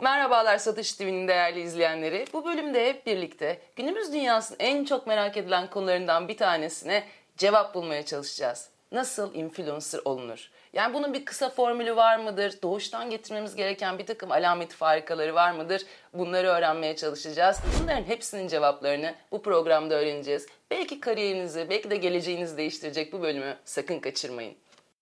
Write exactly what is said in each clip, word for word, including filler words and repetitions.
Merhabalar Satış T V'nin değerli izleyenleri. Bu bölümde hep birlikte günümüz dünyasının en çok merak edilen konularından bir tanesine cevap bulmaya çalışacağız. Nasıl influencer olunur? Yani bunun bir kısa formülü var mıdır? Doğuştan getirmemiz gereken bir takım alamet farikaları var mıdır? Bunları öğrenmeye çalışacağız. Bunların hepsinin cevaplarını bu programda öğreneceğiz. Belki kariyerinizi, belki de geleceğinizi değiştirecek bu bölümü sakın kaçırmayın.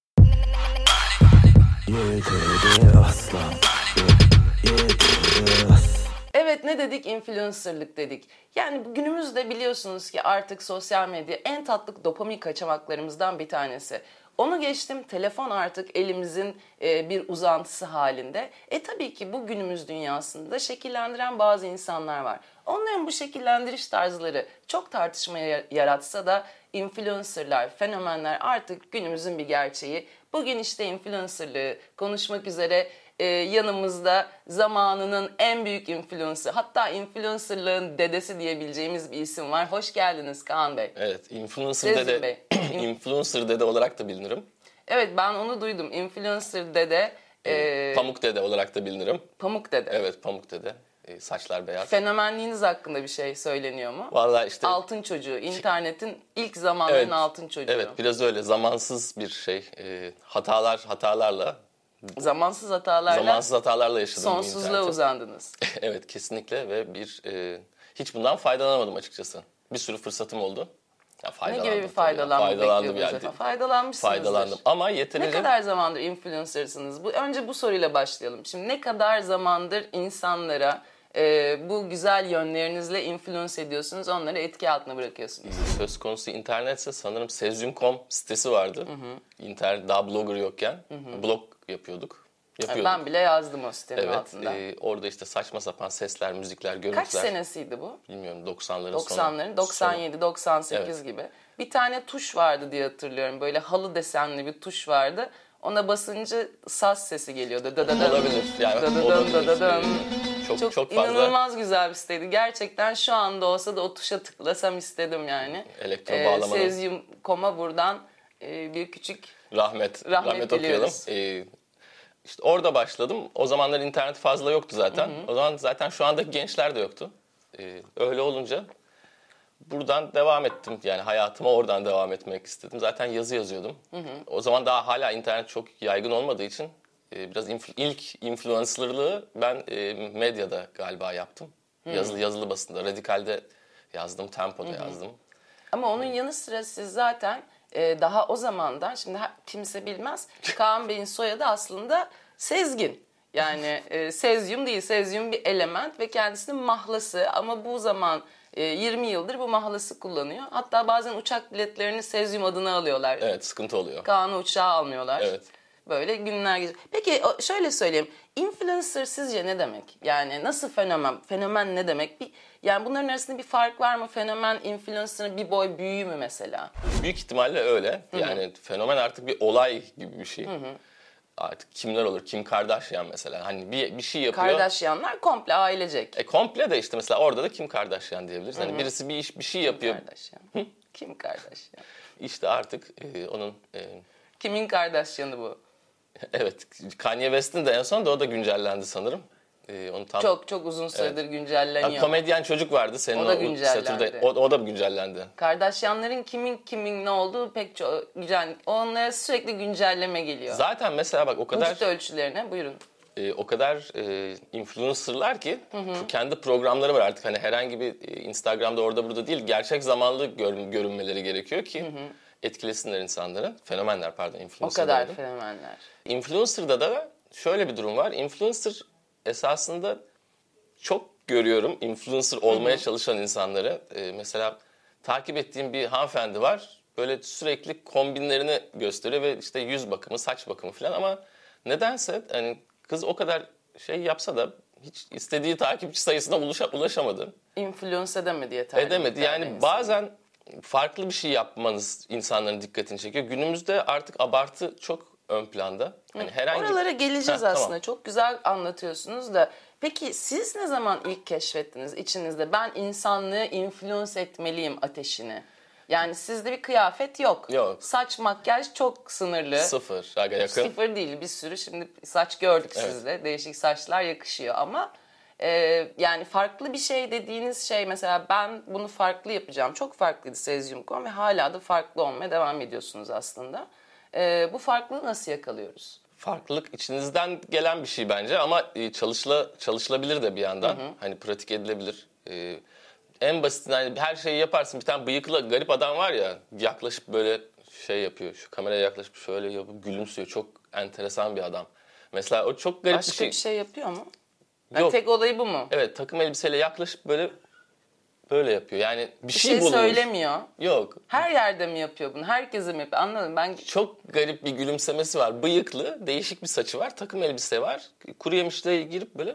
Evet, ne dedik? Influencerlık dedik. Yani günümüzde biliyorsunuz ki artık sosyal medya en tatlı dopamin kaçamaklarımızdan bir tanesi. Onu geçtim, telefon artık elimizin e, bir uzantısı halinde. E tabii ki bu günümüz dünyasında şekillendiren bazı insanlar var. Onların bu şekillendiriş tarzları çok tartışmaya yaratsa da influencerlar, fenomenler artık günümüzün bir gerçeği. Bugün işte influencerlığı konuşmak üzere Ee, yanımızda zamanının en büyük influencer, hatta influencerlığın dedesi diyebileceğimiz bir isim var. Hoş geldiniz Kaan Bey. Evet, influencer dede, Bey. influencer dede olarak da bilinirim. Evet, ben onu duydum. Influencer dede. E, pamuk dede olarak da bilinirim. Pamuk dede. Evet, pamuk dede. E, saçlar beyaz. Fenomenliğiniz hakkında bir şey söyleniyor mu? Vallahi işte. Altın çocuğu, internetin ilk zamanların evet, altın çocuğu. Evet, biraz öyle zamansız bir şey. E, hatalar, hatalarla. Zamansız hatalarla, Zamansız hatalarla yaşadım. Sonsuzluğa uzandınız. Evet, kesinlikle ve bir e, hiç bundan faydalanamadım açıkçası. Bir sürü fırsatım oldu. Ya ne gibi bir faydalanma faydalandım yani. Efendim? Faydalanmışsınızdır. Faydalandım ama yeterince... Ne kadar zamandır influencer'sınız? Bu, önce bu soruyla başlayalım. Şimdi ne kadar zamandır insanlara e, bu güzel yönlerinizle influence ediyorsunuz, onları etki altına bırakıyorsunuz? Söz konusu internetse sanırım sezyum nokta com sitesi vardı. Hı hı. İnternet daha blogger yokken hı hı. blog yapıyorduk. Yani ben bile yazdım o sitenin evet, altında. Evet, e, orada işte saçma sapan sesler, müzikler, görüntüler. Kaç senesiydi bu? Bilmiyorum, doksanların, doksanların sonu. doksan yedi doksan sekiz evet. gibi. Bir tane tuş vardı diye hatırlıyorum. Böyle halı desenli bir tuş vardı. Ona basınca saz sesi geliyordu. Da da da. Olabilir. Yani da da olabilir. Da da da. Çok, çok, çok fazla. İnanılmaz güzel bir siteydi. Gerçekten şu anda olsa da o tuşa tıklasam istedim yani. Elektro ee, bağlamanın. sezyum nokta com'a buradan e, bir küçük rahmet, rahmet, rahmet okuyalım. Ee, işte orada başladım. O zamanlar internet fazla yoktu zaten. Hı hı. O zaman zaten şu andaki gençler de yoktu. Ee, öyle olunca buradan devam ettim. Yani hayatıma oradan devam etmek istedim. Zaten yazı yazıyordum. Hı hı. O zaman daha hala internet çok yaygın olmadığı için e, biraz influ- ilk influencerlığı ben e, medyada galiba yaptım. Hı. Yazılı yazılı basında, Radikal'de yazdım, Tempo'da hı hı. yazdım. Ama onun yanı sıra siz zaten e, daha o zamandan, şimdi kimse bilmez, Kaan Bey'in soyadı aslında Sezgin. Yani e, sezyum değil, sezyum bir element ve kendisinin mahlası, ama bu zaman e, yirmi yıldır bu mahlası kullanıyor. Hatta bazen uçak biletlerini sezyum adına alıyorlar. Evet, sıkıntı oluyor. Kaan'ı uçağa almıyorlar. Evet. Böyle günler geçiyor. Peki şöyle söyleyeyim. Influencer sizce ne demek? Yani nasıl fenomen? Fenomen ne demek? Bir, yani bunların arasında bir fark var mı? Fenomen, influencer'ın bir boy büyüğü mü mesela? Büyük ihtimalle öyle. Hı-hı. Yani fenomen artık bir olay gibi bir şey. Hı-hı. Artık kimler olur? Kim Kardashian mesela. Hani bir, bir şey yapıyor. Kardashianlar komple ailecek. E komple de işte mesela orada da Kim Kardashian diyebiliriz. Hani birisi bir iş bir şey yapıyor. Kim Kardashian? Kim Kardashian? İşte artık e, onun... E... Kimin Kardashian'ı bu? Evet, Kanye West'in de en son da o da güncellendi sanırım. Ee, onu tam... Çok çok uzun süredir evet. güncelleniyor. Ha, komedyen çocuk vardı senin o da güncellendi. Satürday. O, o da güncellendi. Kardashianların kimin kimin ne olduğu pek çok güzel. Onlara sürekli güncelleme geliyor. Zaten mesela bak o kadar... Mucit ölçülerine buyurun. E, o kadar e, influencerlar ki hı hı. kendi programları var artık. Hani herhangi bir e, Instagram'da orada burada değil, gerçek zamanlı gör, görünmeleri gerekiyor ki... Hı hı. etkilesinler insanları. Fenomenler pardon. Influencer o kadar dedim. fenomenler. Influencer'da da şöyle bir durum var. Influencer esasında çok görüyorum influencer olmaya hı hı. çalışan insanları. Ee, mesela takip ettiğim bir hanımefendi var. Böyle sürekli kombinlerini gösteriyor ve işte yüz bakımı, saç bakımı falan, ama nedense hani kız o kadar şey yapsa da hiç istediği takipçi sayısına ulaşa, ulaşamadı. Influence edemedi yeterli. Edemedi. Yani insan. Bazen farklı bir şey yapmanız insanların dikkatini çekiyor. Günümüzde artık abartı çok ön planda. Yani herhangi... Oralara geleceğiz ha, aslında. Tamam. Çok güzel anlatıyorsunuz da. Peki siz ne zaman ilk keşfettiniz içinizde? Ben insanlığı influence etmeliyim ateşini. Yani sizde bir kıyafet yok. Yok. Saç, makyaj çok sınırlı. Sıfır. Aga yakın. Sıfır değil, bir sürü şimdi saç gördük Evet. sizde. Değişik saçlar yakışıyor ama e, yani farklı bir şey dediğiniz şey, mesela ben bunu farklı yapacağım. Çok farklıydı Says Unicorn ve hala da farklı olmaya devam ediyorsunuz aslında. E, bu farklılığı nasıl yakalıyoruz? Farklılık içinizden gelen bir şey bence ama e, çalışla, çalışılabilir de bir yandan. Hı hı. Hani pratik edilebilir. Ee, en basitinden hani her şeyi yaparsın. Bir tane bıyıklı garip adam var ya, yaklaşıp böyle şey yapıyor. Şu kameraya yaklaşıp şöyle yapıp gülümsüyor. Çok enteresan bir adam. Mesela o çok garip Başka bir şey. bir şey yapıyor mu? Yani Yok. tek olayı bu mu? Evet, takım elbiseyle yaklaşıp böyle böyle yapıyor. Yani bir, Bir şey, şey bulmuş. söylemiyor. Yok. Her yerde mi yapıyor bunu? Herkese mi yapıyor? Anladım ben. Çok garip bir gülümsemesi var. Bıyıklı, değişik bir saçı var. Takım elbise var. Kuru yemişle girip böyle.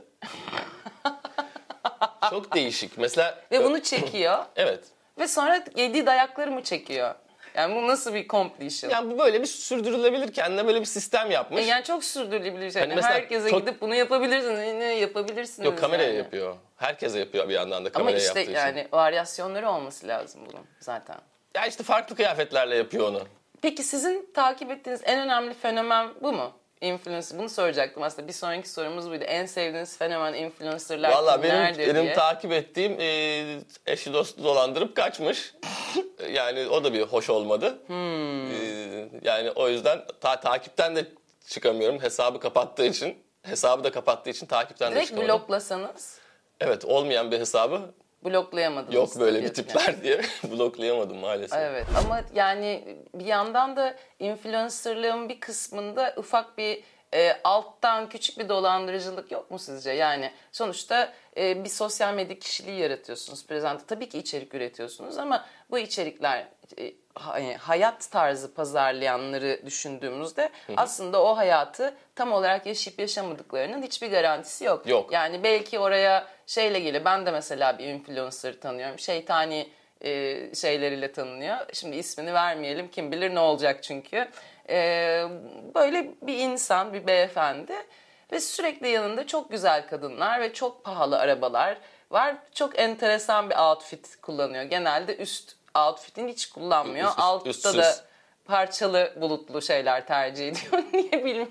Çok değişik. Mesela Ve bunu çekiyor. evet. Ve sonra yediği dayakları mı çekiyor? Yani bu nasıl bir completion? Yani bu böyle bir sürdürülebilir, kendine böyle bir sistem yapmış. E yani çok sürdürülebilir bir şey. Hani Yani mesela herkese çok- gidip bunu yapabilirsiniz. Ne yapabilirsiniz Yok, kameraya yani. yapıyor. Herkese yapıyor bir yandan da Ama kameraya işte yaptığı yani için. varyasyonları olması lazım bunun zaten. Ya işte farklı kıyafetlerle yapıyor onu. Peki sizin takip ettiğiniz en önemli fenomen bu mu? Influencer. Bunu soracaktım aslında. Bir sonraki sorumuz buydu. En sevdiğiniz fenomen influencerlar Valla benim, kimlerdir benim diye. takip ettiğim e, eşi dostu dolandırıp kaçmış. Yani o da bir hoş olmadı. Hmm. E, yani o yüzden ta- takipten de çıkamıyorum. Hesabı kapattığı için. Hesabı da kapattığı için takipten de Direkt çıkamadım. bloklasanız Evet, olmayan bir hesabı bloklayamadınız. yok böyle bir diyorsun tipler yani. diye bloklayamadım maalesef. Evet ama yani bir yandan da influencerlığın bir kısmında ufak bir e, alttan küçük bir dolandırıcılık yok mu sizce? Yani sonuçta e, bir sosyal medya kişiliği yaratıyorsunuz. Prezente tabii ki içerik üretiyorsunuz ama bu içerikler e, hay- hayat tarzı pazarlayanları düşündüğümüzde hı hı. aslında o hayatı tam olarak yaşayıp yaşamadıklarının hiçbir garantisi yok. Yok. Yani belki oraya şeyle geliyor. Ben de mesela bir influencer tanıyorum. Şeytani e, şeyleriyle tanınıyor. Şimdi ismini vermeyelim. Kim bilir ne olacak çünkü. E, böyle bir insan, bir beyefendi ve sürekli yanında çok güzel kadınlar ve çok pahalı arabalar var. Çok enteresan bir outfit kullanıyor. Genelde üst outfitini hiç kullanmıyor. Üst- Altta üstsüz. da parçalı bulutlu şeyler tercih ediyor. Niye bilmiyorum.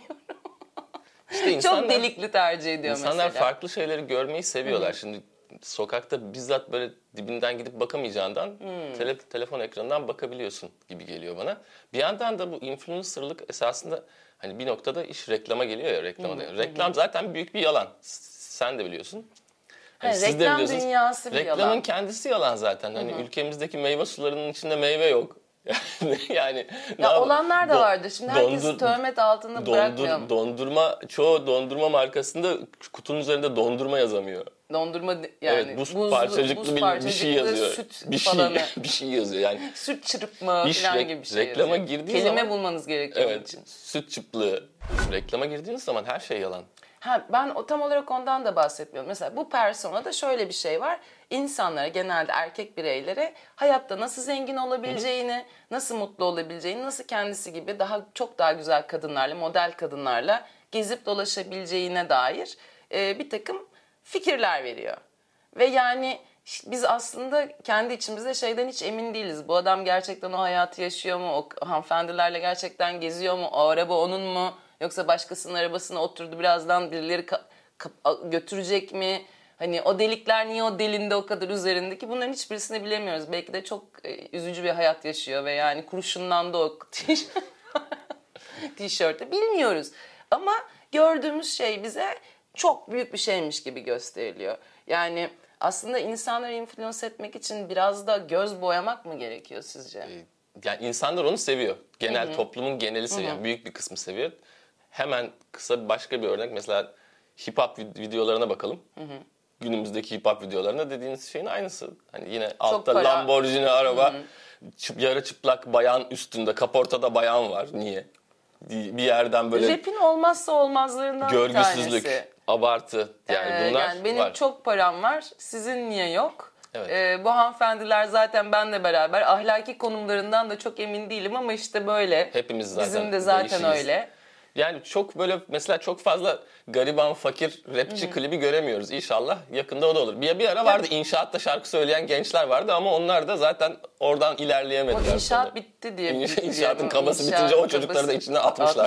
İşte insanlar, çok delikli tercih ediyor insanlar mesela. farklı şeyleri görmeyi seviyorlar. Hı-hı. Şimdi sokakta bizzat böyle dibinden gidip bakamayacağından hmm. tele, telefon ekranından bakabiliyorsun gibi geliyor bana. Bir yandan da bu influencerlık esasında hani bir noktada iş reklama geliyor ya, reklama. Hmm. Reklam zaten büyük bir yalan. Sen de biliyorsun. Hani ha, siz reklam de dünyası bir Reklamın yalan. kendisi yalan zaten. Hani Hı-hı. ülkemizdeki meyve sularının içinde meyve yok. yani ya olanlar da vardır. Şimdi herkes dondur, töhmet altında dondur, bırakmıyor mu? Dondurma, çoğu dondurma markasında kutunun üzerinde dondurma yazamıyor. Dondurma yani evet, buz, buzlu, parçacıklı, buz bir, parçacıklı bir şey yazıyor. Süt bir şey falanı. bir şey yazıyor yani. Süt çırpma İş falan re- gibi bir şey reklama yazıyor. girdiği Kelime zaman, bulmanız gerekiyor evet, onun için. Süt çıplığı. Reklama girdiğiniz zaman her şey yalan. Ha, ben o tam olarak ondan da bahsetmiyorum. Mesela bu personada şöyle bir şey var. İnsanlara, genelde erkek bireylere hayatta nasıl zengin olabileceğini, hı hı. nasıl mutlu olabileceğini, nasıl kendisi gibi daha çok daha güzel kadınlarla, model kadınlarla gezip dolaşabileceğine dair e, bir takım fikirler veriyor. Ve yani biz aslında kendi içimizde şeyden hiç emin değiliz. Bu adam gerçekten o hayatı yaşıyor mu? O hanımefendilerle gerçekten geziyor mu? O araba onun mu? Yoksa başkasının arabasına oturdu, birazdan birileri ka- ka- götürecek mi? Hani o delikler niye o delinde o kadar üzerindeki? Bunların hiçbirisini bilemiyoruz. Belki de çok e, üzücü bir hayat yaşıyor ve yani kurşundan da o tişörtte bilmiyoruz. Ama gördüğümüz şey bize çok büyük bir şeymiş gibi gösteriliyor. Yani aslında insanları influence etmek için biraz da göz boyamak mı gerekiyor sizce? Yani insanlar onu seviyor. Genel Hı-hı. toplumun geneli seviyor. Yani büyük bir kısmı seviyor. Hemen kısa başka bir örnek. Mesela hip hop videolarına bakalım. Hı hı. Günümüzdeki hip hop videolarında dediğiniz şeyin aynısı. Hani yine çok altta para. Lamborghini araba, hı hı. Çıp, yarı çıplak bayan üstünde, kaportada bayan var. Niye? Bir yerden böyle... Rap'in olmazsa olmazlarından bir tanesi. Görgüsüzlük, abartı. Yani ee, bunlar yani benim var. çok param var, sizin niye yok? Evet. Ee, bu hanımefendiler zaten benle beraber, ahlaki konumlarından da çok emin değilim ama işte böyle. Hepimiz zaten bizim de zaten değişiyiz. öyle. Yani çok böyle mesela çok fazla gariban, fakir rapçi klibi göremiyoruz. İnşallah yakında o da olur. Bir, bir ara vardı inşaatta şarkı söyleyen gençler vardı ama onlar da zaten oradan ilerleyemediler. O inşaat sonra. bitti diye. İnş, bitti inşaatın diye. kabası İnşaat bitince o kabası çocukları da içine atmışlar. At.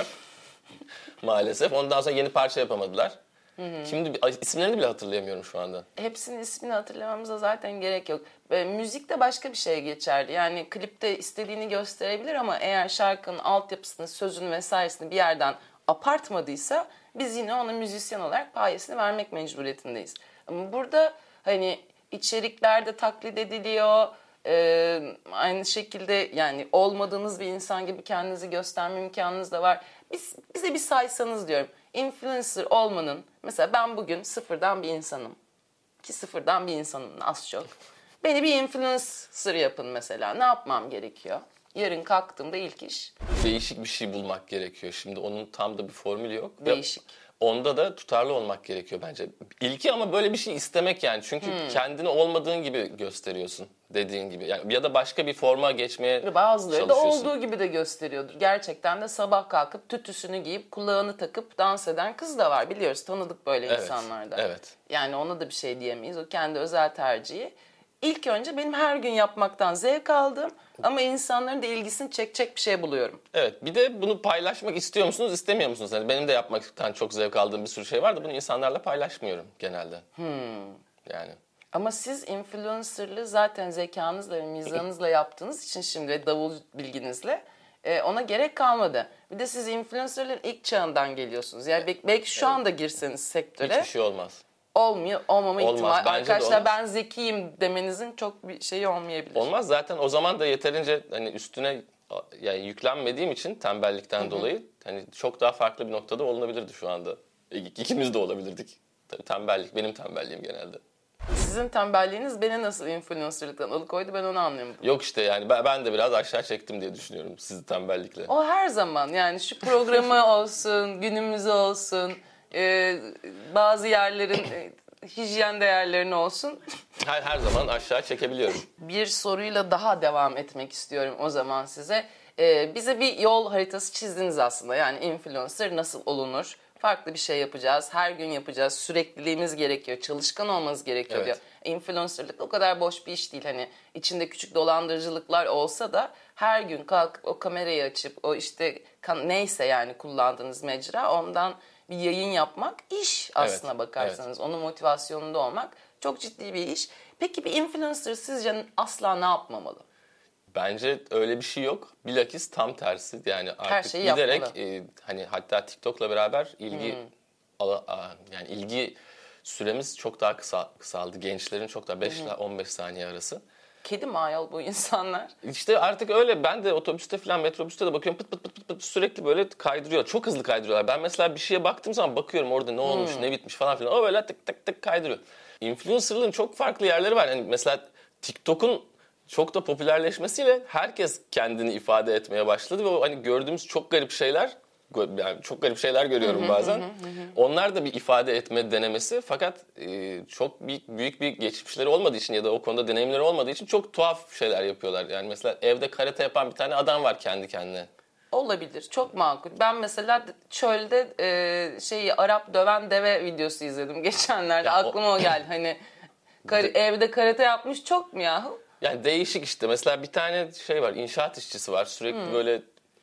Maalesef. Ondan sonra yeni parça yapamadılar. Şimdi ay, isimlerini bile hatırlayamıyorum şu anda. Hepsinin ismini hatırlamamıza zaten gerek yok. E, müzikte başka bir şey geçerli. Yani klipte istediğini gösterebilir ama eğer şarkının altyapısını, sözünü vesairesini bir yerden apartmadıysa biz yine ona müzisyen olarak payesini vermek mecburiyetindeyiz. Ama burada hani içeriklerde taklit ediliyor. Ee, aynı şekilde yani olmadığınız bir insan gibi kendinizi gösterme imkanınız da var. Biz, bize bir saysanız diyorum. Influencer olmanın, mesela ben bugün sıfırdan bir insanım. Ki sıfırdan bir insanım az çok. Beni bir influencer yapın mesela. Ne yapmam gerekiyor? Yarın kalktığımda ilk iş. Değişik bir şey bulmak gerekiyor. Şimdi onun tam da bir formülü yok. Değişik. Onda da tutarlı olmak gerekiyor bence. İlki ama böyle bir şey istemek yani. Çünkü hmm. kendini olmadığın gibi gösteriyorsun dediğin gibi. Yani ya da başka bir forma geçmeye Bazıları da olduğu gibi de gösteriyordur. Gerçekten de sabah kalkıp tütüsünü giyip kulağını takıp dans eden kız da var. Biliyoruz, tanıdık böyle evet, insanlarda. Evet. Yani ona da bir şey diyemeyiz. O kendi özel tercihi. İlk önce benim her gün yapmaktan zevk aldığım ama insanların da ilgisini çekecek bir şey buluyorum. Evet, bir de bunu paylaşmak istiyor musunuz, istemiyor musunuz? Yani benim de yapmaktan çok zevk aldığım bir sürü şey var da bunu insanlarla paylaşmıyorum genelde. Hmm. Yani. Ama siz influencer'lığı zaten zekanızla ve mizahınızla yaptığınız için şimdi davul bilginizle ona gerek kalmadı. Bir de siz influencer'ların ilk çağından geliyorsunuz. Yani belki, belki şu evet. anda girseniz sektöre. Hiçbir şey olmaz. Olmuyor, olmama olmaz. ihtimali. Bence arkadaşlar ben zekiyim demenizin çok bir şeyi olmayabilir. Olmaz zaten o zaman da yeterince hani üstüne yani yüklenmediğim için tembellikten Hı-hı. dolayı hani çok daha farklı bir noktada olunabilirdi şu anda. İkimiz de olabilirdik. Tabii tembellik benim tembelliğim genelde. Sizin tembelliğiniz beni nasıl influencerlıktan alıkoydu ben onu anlayamadım. Yok işte yani ben, ben de biraz aşağı çektim diye düşünüyorum sizi tembellikle. O her zaman yani şu programı olsun, günümüz olsun, e, bazı yerlerin e, hijyen değerlerini olsun. Her, her zaman aşağı çekebiliyorum. Bir soruyla daha devam etmek istiyorum o zaman size. E, bize bir yol haritası çizdiniz aslında. Yani influencer nasıl olunur? Farklı bir şey yapacağız, her gün yapacağız, sürekliliğimiz gerekiyor, çalışkan olmanız gerekiyor evet. diyor. Influencerlık o kadar boş bir iş değil. Hani içinde küçük dolandırıcılıklar olsa da her gün kalkıp o kamerayı açıp o işte neyse yani kullandığınız mecra ondan bir yayın yapmak iş aslına evet. bakarsanız. Evet. Onun motivasyonunda olmak çok ciddi bir iş. Peki bir influencer sizce asla ne yapmamalı? Bence öyle bir şey yok. Bilakis tam tersi. Yani artık giderek e, hani hatta TikTok'la beraber ilgi hmm. ala, a, yani ilgi süremiz çok daha kısa, kısaldı. Gençlerin çok daha beş ile on beş saniye arası. Kedi mi ayol bu insanlar? İşte artık öyle. Ben de otobüste falan metrobüste de bakıyorum pıt pıt pıt pıt, pıt sürekli böyle kaydırıyor. Çok hızlı kaydırıyorlar. Ben mesela bir şeye baktığım zaman bakıyorum orada ne olmuş, hmm. ne bitmiş falan filan. O böyle tık tık tık kaydırıyor. Influencer'lığın çok farklı yerleri var. Yani mesela TikTok'un çok da popülerleşmesiyle herkes kendini ifade etmeye başladı ve o hani gördüğümüz çok garip şeyler, yani çok garip şeyler görüyorum bazen. Onlar da bir ifade etme denemesi fakat e, çok büyük, büyük bir geçmişleri olmadığı için ya da o konuda deneyimleri olmadığı için çok tuhaf şeyler yapıyorlar. Yani mesela evde karate yapan bir tane adam var kendi kendine. Olabilir. Çok makul. Ben mesela çölde e, şeyi Arap döven deve videosu izledim geçenlerde. Ya aklıma o, o geldi. Hani kar, evde karate yapmış çok mu yahu? Yani değişik işte. Mesela bir tane şey var, inşaat işçisi var. Sürekli hmm. böyle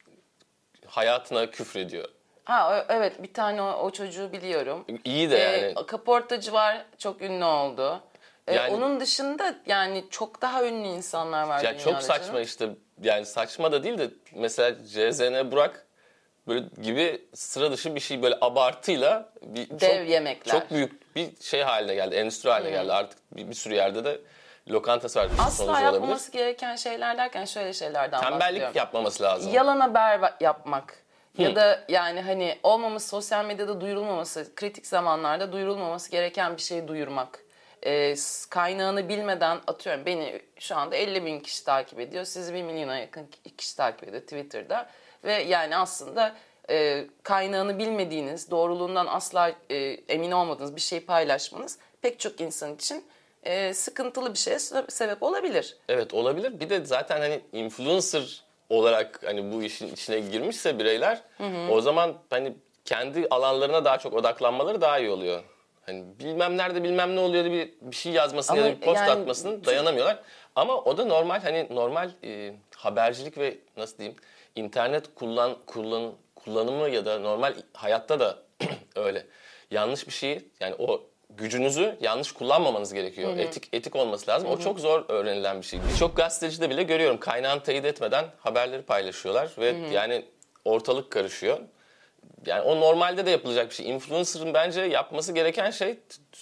hayatına küfrediyor. Ha evet bir tane o, o çocuğu biliyorum. İyi de yani. Ee, kaportacı var, çok ünlü oldu. Ee, yani, onun dışında yani çok daha ünlü insanlar var ya dünyada. Çok saçma canım. işte. Yani saçma da değil de mesela C Z N Burak böyle gibi sıra dışı bir şey böyle abartıyla bir dev çok, yemekler. Çok büyük bir şey haline geldi, endüstri haline hmm. geldi. Artık bir, bir sürü yerde de lokantası var. Asla yapmaması gereken şeyler derken şöyle şeylerden Tembellik bahsediyorum. Tembellik yapmaması lazım. Yalan haber yapmak. Hı. Ya da yani hani olmaması, sosyal medyada duyurulmaması, kritik zamanlarda duyurulmaması gereken bir şeyi duyurmak. Ee, kaynağını bilmeden atıyorum beni şu anda elli bin kişi takip ediyor. Sizi bir milyona yakın kişi takip ediyor Twitter'da. Ve yani aslında e, kaynağını bilmediğiniz, doğruluğundan asla e, emin olmadığınız bir şeyi paylaşmanız pek çok insan için e, sıkıntılı bir şeye sebep olabilir. Evet olabilir. Bir de zaten hani influencer olarak hani bu işin içine girmişse bireyler, hı hı. o zaman hani kendi alanlarına daha çok odaklanmaları daha iyi oluyor. Hani bilmem nerede bilmem ne oluyor bir, bir şey yazmasını ya da bir post yani, atmasını dayanamıyorlar. Ama o da normal, hani normal e, habercilik ve nasıl diyeyim internet kullan kullan kullanımı ya da normal hayatta da öyle. Yanlış bir şeyi, yani o gücünüzü yanlış kullanmamanız gerekiyor. Hı hı. Etik etik olması lazım. Hı hı. O çok zor öğrenilen bir şey. Birçok gazetecide bile görüyorum, kaynağını teyit etmeden haberleri paylaşıyorlar ve hı hı. yani ortalık karışıyor. Yani o normalde de yapılacak bir şey. Influencer'ın bence yapması gereken şey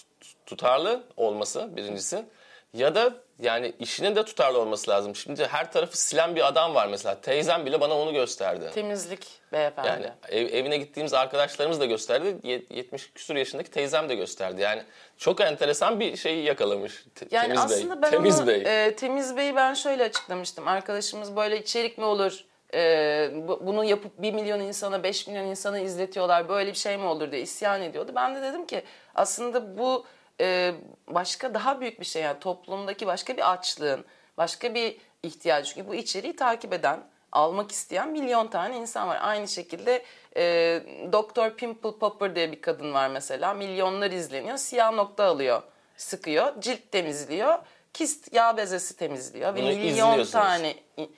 tutarlı olması birincisi. Ya da yani işinin de tutarlı olması lazım. Şimdi her tarafı silen bir adam var mesela. Teyzem bile bana onu gösterdi. Temizlik beyefendi. Yani ev, evine gittiğimiz arkadaşlarımız da gösterdi. yetmiş küsur yaşındaki teyzem de gösterdi. Yani çok enteresan bir şeyi yakalamış. Te- yani Temiz aslında Bey. ben Temiz onu, Bey. E, Temiz Bey'i ben şöyle açıklamıştım. Arkadaşımız böyle içerik mi olur? Ee, bunu yapıp bir milyon insana, beş milyon insana izletiyorlar. Böyle bir şey mi olur diye isyan ediyordu. Ben de dedim ki aslında bu e, başka daha büyük bir şey. Yani toplumdaki başka bir açlığın, başka bir ihtiyaç. Çünkü bu içeriği takip eden, almak isteyen milyon tane insan var. Aynı şekilde e, Doktor Pimple Popper diye bir kadın var mesela. Milyonlar izleniyor. Siyah nokta alıyor, sıkıyor, cilt temizliyor. Kist yağ bezesi temizliyor. Bunu ve milyon tane,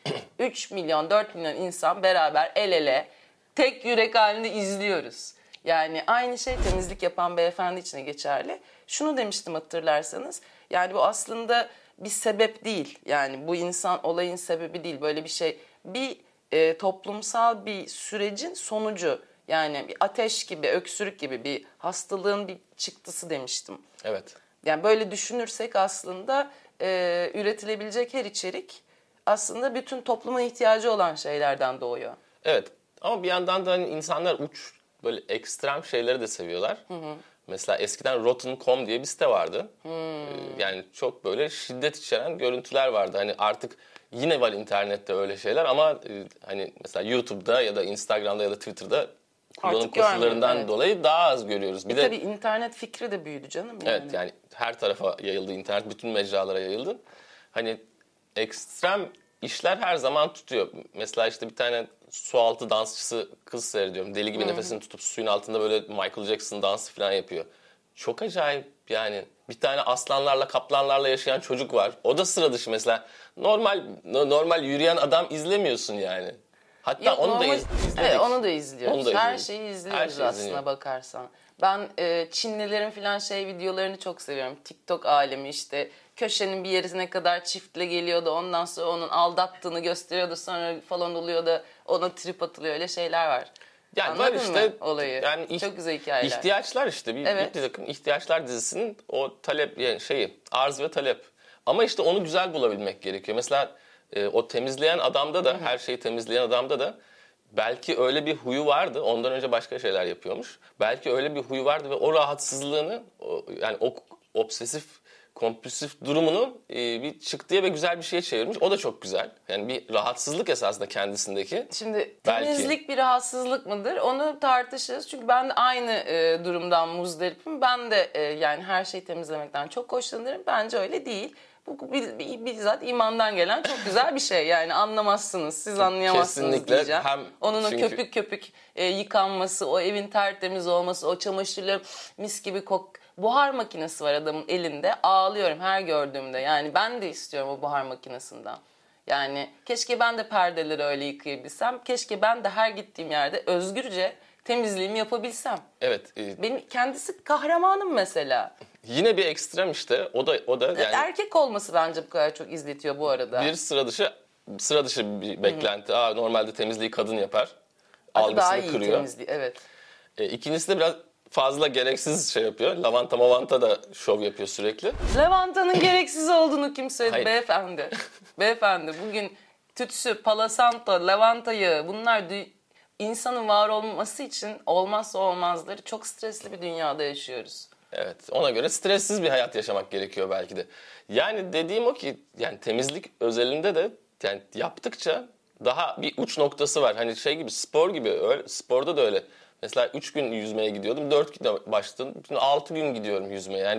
üç milyon, dört milyon insan beraber el ele tek yürek halinde izliyoruz. Yani aynı şey temizlik yapan beyefendi için de geçerli. Şunu demiştim hatırlarsanız. Yani bu aslında bir sebep değil. Yani bu insan olayın sebebi değil. Böyle bir şey bir e, toplumsal bir sürecin sonucu. Yani bir ateş gibi, öksürük gibi bir hastalığın bir çıktısı demiştim. Evet. Yani böyle düşünürsek aslında e, üretilebilecek her içerik aslında bütün toplumun ihtiyacı olan şeylerden doğuyor. Evet, ama bir yandan da hani insanlar uç böyle ekstrem şeyleri de seviyorlar. Hı hı. Mesela eskiden rotten nokta com diye bir site vardı. Hmm. Ee, yani çok böyle şiddet içeren görüntüler vardı. Hani artık yine var internette öyle şeyler ama e, hani mesela YouTube'da ya da Instagram'da ya da Twitter'da kullanım artık koşullarından evet. dolayı daha az görüyoruz. Bir e de tabii internet fikri de büyüdü canım. Yani. Evet, yani her tarafa yayıldı internet, bütün mecralara yayıldı. Hani ekstrem işler her zaman tutuyor. Mesela işte bir tane sualtı dansçısı kız seyrediyorum. Deli gibi Hı-hı. nefesini tutup suyun altında böyle Michael Jackson dansı falan yapıyor. Çok acayip yani. Bir tane aslanlarla, kaplanlarla yaşayan çocuk var. O da sıra dışı mesela. Normal normal yürüyen adam izlemiyorsun yani. Hatta Yok, onu normal, da iz, izledik. Evet, onu da izliyoruz. Onu da Her şeyi izliyoruz Her şey aslına izleniyor. bakarsan. Ben e, Çinlilerin falan şey videolarını çok seviyorum. TikTok alemi işte köşenin bir yerine kadar çiftle geliyordu. Ondan sonra onun aldattığını gösteriyordu. Sonra falan oluyor da ona trip atılıyor. Öyle şeyler var. Yani Anladın var işte mı olayı? Yani çok güzel hikayeler. İhtiyaçlar işte bir, evet. bir takım ihtiyaçlar dizisinin o talep yani şeyi arz ve talep. Ama işte onu güzel bulabilmek gerekiyor. Mesela e, o temizleyen adamda da Hı-hı. her şeyi temizleyen adamda da belki öyle bir huyu vardı. Ondan önce başka şeyler yapıyormuş. Belki öyle bir huyu vardı ve o rahatsızlığını o, yani o obsesif kompulsif durumunu e, bir çıktıya ve güzel bir şeye çevirmiş. O da çok güzel. Yani bir rahatsızlık esasında kendisindeki. Şimdi temizlik belki. bir rahatsızlık mıdır? Onu tartışırız. Çünkü ben de aynı e, durumdan muzdaripim. Ben de e, yani her şeyi temizlemekten çok hoşlanırım. Bence öyle değil. Bu bizzat imandan gelen çok güzel bir şey. Yani anlamazsınız, siz anlayamazsınız Kesinlikle. diyeceğim. Hem Onun çünkü... o köpük köpük e, yıkanması, o evin tertemiz olması, o çamaşırları mis gibi kok... Buhar makinesi var adamın elinde. Ağlıyorum her gördüğümde. Yani ben de istiyorum o buhar makinesinden. Yani keşke ben de perdeleri öyle yıkayabilsem. Keşke ben de her gittiğim yerde özgürce temizliğimi yapabilsem. Evet. E... Benim kendisi kahramanım mesela. Yine bir ekstrem işte. O da o da yani erkek olması bence bu kadar çok izletiyor bu arada. Bir sıra dışı sıra dışı bir beklenti. Aa, normalde temizliği kadın yapar. Algısını daha iyi kırıyor. Temizliği, evet. E, ikincisi de biraz fazla gereksiz şey yapıyor. Lavanta mavanta da şov yapıyor sürekli. Lavantanın gereksiz olduğunu kim söyledi? Hayır. Beyefendi. Beyefendi bugün tütsü, palasanto, lavantayı bunlar dü- insanın var olması için olmazsa olmazları. Çok stresli bir dünyada yaşıyoruz. Evet, ona göre stressiz bir hayat yaşamak gerekiyor belki de. Yani dediğim o ki yani temizlik özelinde de yani yaptıkça daha bir uç noktası var. Hani şey gibi spor gibi öyle, sporda da öyle. Mesela üç gün yüzmeye gidiyordum. dört gün başladım. Bütün altı gün gidiyorum yüzmeye. Yani bir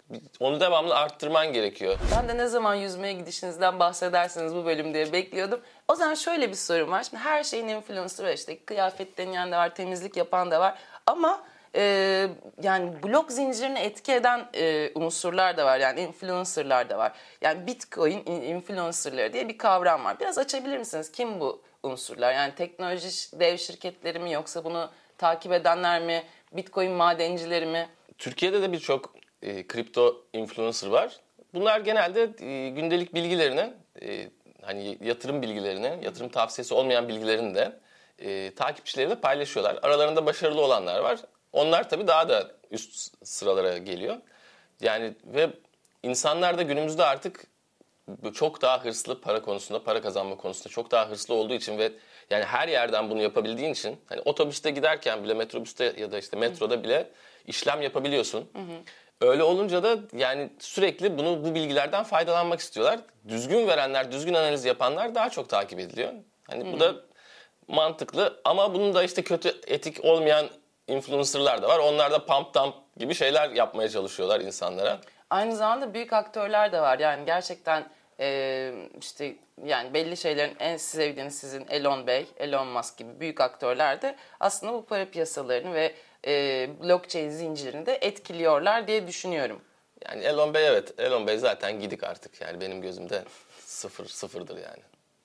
onu devamlı arttırman gerekiyor. Ben de ne zaman yüzmeye gidişinizden bahsedersiniz bu bölüm diye bekliyordum. O zaman şöyle bir sorum var. Şimdi her şeyin influencer var, işte kıyafet deneyen de var, temizlik yapan da var. Ama e, yani blok zincirini etki eden e, unsurlar da var. Yani influencerlar da var. Yani Bitcoin influencerları diye bir kavram var. Biraz açabilir misiniz? Kim bu unsurlar? Yani teknoloji dev şirketleri mi, yoksa bunu takip edenler mi? Bitcoin madencileri mi? Türkiye'de de birçok e, kripto influencer var. Bunlar genelde e, gündelik bilgilerini, e, hani yatırım bilgilerini, yatırım tavsiyesi olmayan bilgilerini de e, takipçileriyle paylaşıyorlar. Aralarında başarılı olanlar var. Onlar tabii daha da üst sıralara geliyor. Yani ve insanlar da günümüzde artık çok daha hırslı para konusunda, para kazanma konusunda çok daha hırslı olduğu için ve yani her yerden bunu yapabildiğin için, hani otobüste giderken bile, metrobüste ya da işte metroda bile işlem yapabiliyorsun. Hı hı. Öyle olunca da yani sürekli bunu, bu bilgilerden faydalanmak istiyorlar. Düzgün verenler, düzgün analiz yapanlar daha çok takip ediliyor. Hani hı. bu da mantıklı ama bunun da işte kötü, etik olmayan influencerlar da var. Onlar da pump dump gibi şeyler yapmaya çalışıyorlar insanlara. Aynı zamanda büyük aktörler de var. Yani gerçekten e, işte yani belli şeylerin en sevdiğiniz sizin Elon Bey, Elon Musk gibi büyük aktörler de aslında bu para piyasalarını ve e, blockchain zincirini de etkiliyorlar diye düşünüyorum. Yani Elon Bey, evet. Elon Bey zaten gidik artık. Yani benim gözümde sıfır, sıfırdır yani.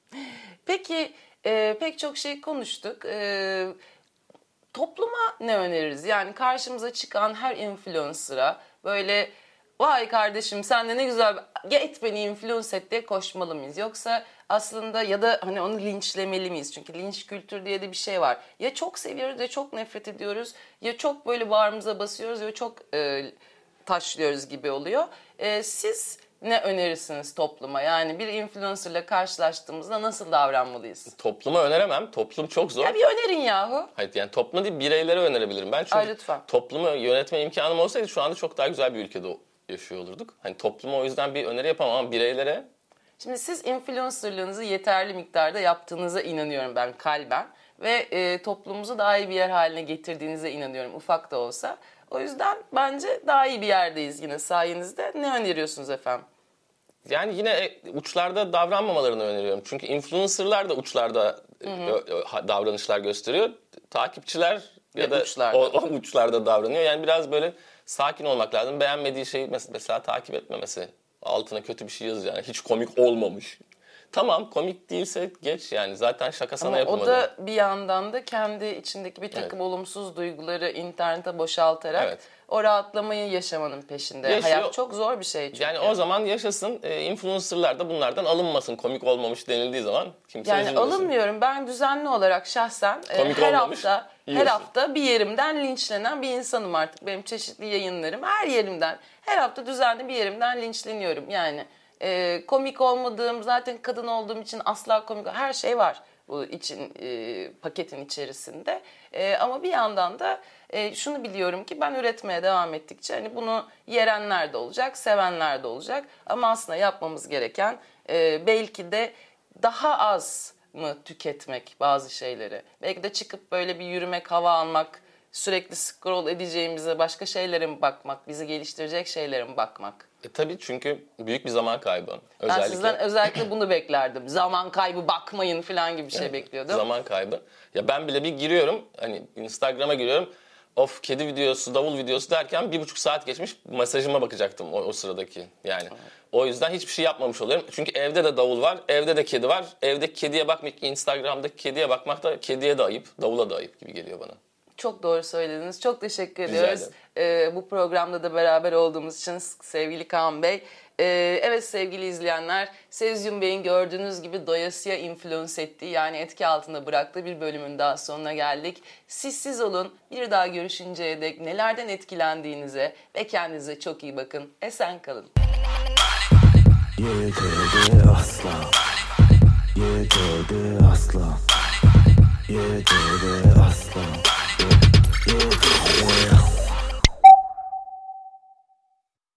Peki e, pek çok şey konuştuk. E, topluma ne öneririz? Yani karşımıza çıkan her influencer'a böyle vay kardeşim sen de ne güzel et beni influence et diye koşmalı mıyız? Yoksa aslında ya da hani onu linçlemeli miyiz? Çünkü linç kültürü diye de bir şey var. Ya çok seviyoruz ya çok nefret ediyoruz. Ya çok böyle bağrımıza basıyoruz ya çok e, taşlıyoruz gibi oluyor. E, siz ne önerirsiniz topluma? Yani bir influencerla karşılaştığımızda nasıl davranmalıyız? Topluma öneremem. Toplum çok zor. Ya bir önerin yahu. Hayır, yani topluma değil, bireylere önerebilirim. Ben çünkü Ay, lütfen. Toplumu yönetme imkanım olsaydı şu anda çok daha güzel bir ülkede yaşıyor olurduk. Hani topluma o yüzden bir öneri yapamam ama bireylere... Şimdi siz influencerlığınızı yeterli miktarda yaptığınıza inanıyorum ben kalben. Ve e, toplumumuzu daha iyi bir yer haline getirdiğinize inanıyorum, ufak da olsa. O yüzden bence daha iyi bir yerdeyiz yine sayenizde. Ne öneriyorsunuz efendim? Yani yine uçlarda davranmamalarını öneriyorum. Çünkü influencerlar da uçlarda hı hı. davranışlar gösteriyor. Takipçiler Ve ya da uçlarda. O, o uçlarda davranıyor. Yani biraz böyle sakin olmak lazım. Beğenmediği şeyi mesela, mesela takip etmemesi. Altına kötü bir şey yazacağını. Hiç komik olmamış. Tamam, komik değilse geç yani. Zaten şaka sana ama yapılmadı. O da bir yandan da kendi içindeki bir takım evet. olumsuz duyguları internete boşaltarak evet. o rahatlamayı yaşamanın peşinde. Yaşıyor. Hayat çok zor bir şey çünkü. Yani o zaman yaşasın. E, influencerlar da bunlardan alınmasın. Komik olmamış denildiği zaman kimse yani üzülmesin. Alınmıyorum. Ben düzenli olarak şahsen komik her olmamış, hafta yiyorsun. her hafta bir yerimden linçlenen bir insanım artık. Benim çeşitli yayınlarım her yerimden, her hafta düzenli bir yerimden linçleniyorum. Yani e, komik olmadığım, zaten kadın olduğum için asla komik, her şey var bu için e, paketin içerisinde. E, ama bir yandan da e, şunu biliyorum ki ben üretmeye devam ettikçe hani bunu yerenler de olacak, sevenler de olacak. Ama aslında yapmamız gereken e, belki de daha az mı tüketmek bazı şeyleri. Belki de çıkıp böyle bir yürümek, hava almak, sürekli scroll edeceğimize başka şeylere mi bakmak, bizi geliştirecek şeylere mi bakmak? E tabii, çünkü büyük bir zaman kaybı. Özellikle... Ben sizden özellikle bunu beklerdim. Zaman kaybı, bakmayın falan gibi bir şey evet, bekliyordum. Zaman kaybı. Ya ben bile bir giriyorum, hani Instagram'a giriyorum. Of, kedi videosu, davul videosu derken bir buçuk saat geçmiş, mesajıma bakacaktım o, o sıradaki. Yani evet. O yüzden hiçbir şey yapmamış oluyorum. Çünkü evde de davul var, evde de kedi var. Evdeki kediye bakmak, Instagram'daki kediye bakmak da kediye de ayıp, davula da ayıp gibi geliyor bana. Çok doğru söylediniz. Çok teşekkür ediyoruz. Ee, bu programda da beraber olduğumuz için sevgili Kaan Bey. Ee, evet sevgili izleyenler, Cesium Bey'in gördüğünüz gibi doyasıya influence ettiği, yani etki altında bıraktığı bir bölümün daha sonuna geldik. Siz siz olun. Bir daha görüşünceye dek nelerden etkilendiğinize ve kendinize çok iyi bakın. Esen kalın. Yeterli asla. Yeterli asla. Yeterli